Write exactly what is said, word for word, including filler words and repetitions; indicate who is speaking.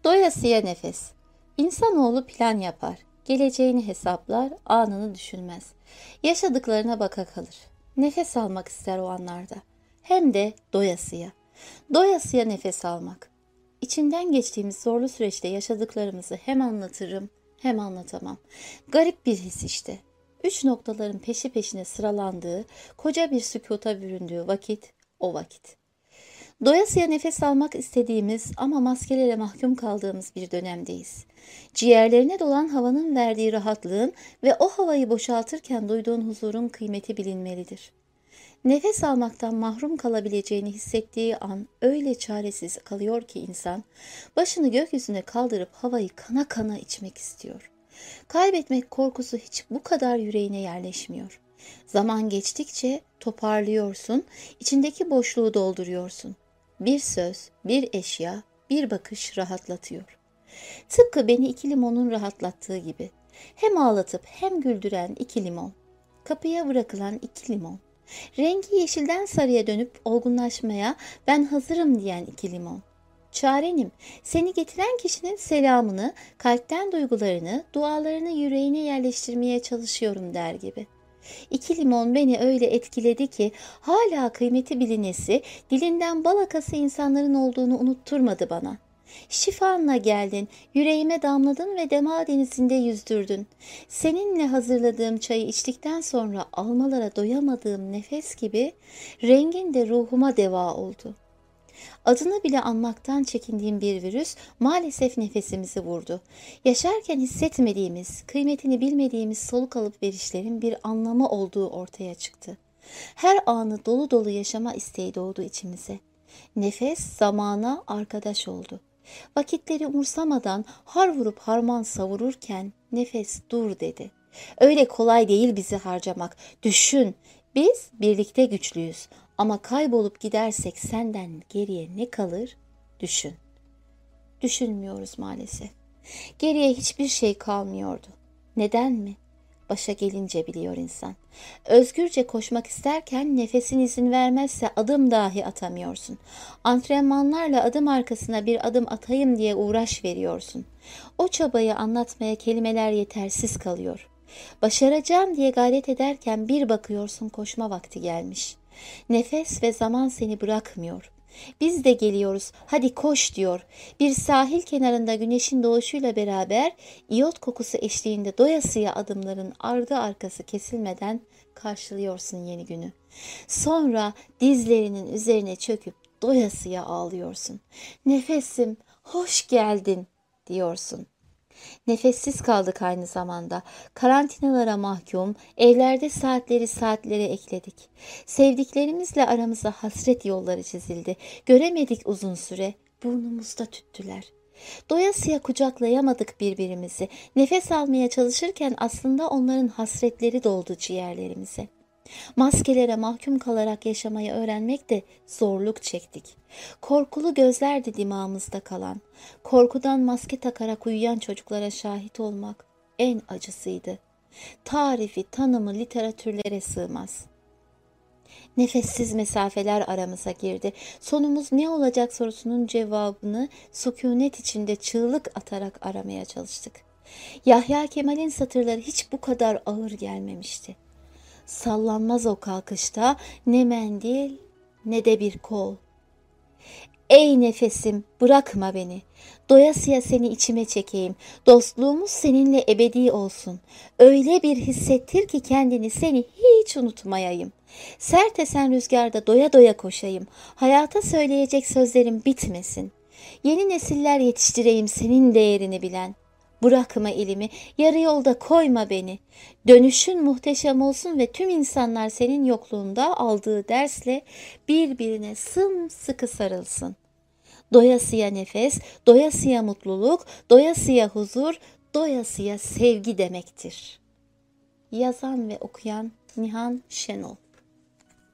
Speaker 1: Doyasıya nefes. İnsanoğlu plan yapar. Geleceğini hesaplar, anını düşünmez. Yaşadıklarına baka kalır. Nefes almak ister o anlarda. Hem de doyasıya. Doyasıya nefes almak. İçinden geçtiğimiz zorlu süreçte yaşadıklarımızı hem anlatırım hem anlatamam. Garip bir his işte. Üç noktaların peşi peşine sıralandığı, koca bir sükuta büründüğü vakit o vakit. Doyasıya nefes almak istediğimiz ama maskelere mahkum kaldığımız bir dönemdeyiz. Ciğerlerine dolan havanın verdiği rahatlığın ve o havayı boşaltırken duyduğun huzurun kıymeti bilinmelidir. Nefes almaktan mahrum kalabileceğini hissettiği an öyle çaresiz kalıyor ki insan, başını gökyüzüne kaldırıp havayı kana kana içmek istiyor. Kaybetmek korkusu hiç bu kadar yüreğine yerleşmiyor. Zaman geçtikçe toparlıyorsun, içindeki boşluğu dolduruyorsun. Bir söz, bir eşya, bir bakış rahatlatıyor. Tıpkı beni iki limonun rahatlattığı gibi. Hem ağlatıp hem güldüren iki limon. Kapıya bırakılan iki limon. Rengi yeşilden sarıya dönüp olgunlaşmaya ben hazırım diyen iki limon. Çarenim, seni getiren kişinin selamını, kalpten duygularını, dualarını yüreğine yerleştirmeye çalışıyorum der gibi. İki limon beni öyle etkiledi ki hala kıymeti bilinesi, dilinden bal akası insanların olduğunu unutturmadı bana. Şifanla geldin, yüreğime damladın ve dema denizinde yüzdürdün. Seninle hazırladığım çayı içtikten sonra almalara doyamadığım nefes gibi rengin de ruhuma deva oldu. Adını bile anmaktan çekindiğim bir virüs maalesef nefesimizi vurdu. Yaşarken hissetmediğimiz, kıymetini bilmediğimiz soluk alıp verişlerin bir anlamı olduğu ortaya çıktı. Her anı dolu dolu yaşama isteği doğdu içimize. Nefes zamana arkadaş oldu. Vakitleri umursamadan har vurup harman savururken nefes dur dedi. Öyle kolay değil bizi harcamak. Düşün, biz birlikte güçlüyüz. Ama kaybolup gidersek senden geriye ne kalır? Düşün. Düşünmüyoruz maalesef. Geriye hiçbir şey kalmıyordu. Neden mi? Başa gelince biliyor insan. Özgürce koşmak isterken nefesin izin vermezse adım dahi atamıyorsun. Antrenmanlarla adım arkasına bir adım atayım diye uğraş veriyorsun. O çabayı anlatmaya kelimeler yetersiz kalıyor. Başaracağım diye gayret ederken bir bakıyorsun koşma vakti gelmiş. Nefes ve zaman seni bırakmıyor. Biz de geliyoruz, hadi koş diyor. Bir sahil kenarında güneşin doğuşuyla beraber iyot kokusu eşliğinde doyasıya adımların ardı arkası kesilmeden karşılıyorsun yeni günü. Sonra dizlerinin üzerine çöküp doyasıya ağlıyorsun. Nefesim, hoş geldin diyorsun. Nefessiz kaldık aynı zamanda. Karantinalara mahkum, evlerde saatleri saatlere ekledik. Sevdiklerimizle aramıza hasret yolları çizildi. Göremedik uzun süre, burnumuzda tüttüler. Doyasıya kucaklayamadık birbirimizi. Nefes almaya çalışırken aslında onların hasretleri doldu ciğerlerimize. Maskelere mahkum kalarak yaşamayı öğrenmekte zorluk çektik. Korkulu gözlerdi dimağımızda kalan. Korkudan maske takarak uyuyan çocuklara şahit olmak en acısıydı. Tarifi, tanımı literatürlere sığmaz. Nefessiz mesafeler aramıza girdi. Sonumuz ne olacak sorusunun cevabını sükunet içinde çığlık atarak aramaya çalıştık. Yahya Kemal'in satırları hiç bu kadar ağır gelmemişti. Sallanmaz o kalkışta ne mendil ne de bir kol. Ey nefesim bırakma beni. Doyasıya seni içime çekeyim. Dostluğumuz seninle ebedi olsun. Öyle bir hissettir ki kendini seni hiç unutmayayım. Sert esen rüzgarda doya doya koşayım. Hayata söyleyecek sözlerim bitmesin. Yeni nesiller yetiştireyim senin değerini bilen. Bırakma elimi, yarı yolda koyma beni. Dönüşün muhteşem olsun ve tüm insanlar senin yokluğunda aldığı dersle birbirine sımsıkı sarılsın. Doyasıya nefes, doyasıya mutluluk, doyasıya huzur, doyasıya sevgi demektir. Yazan ve okuyan Nihan Şenol.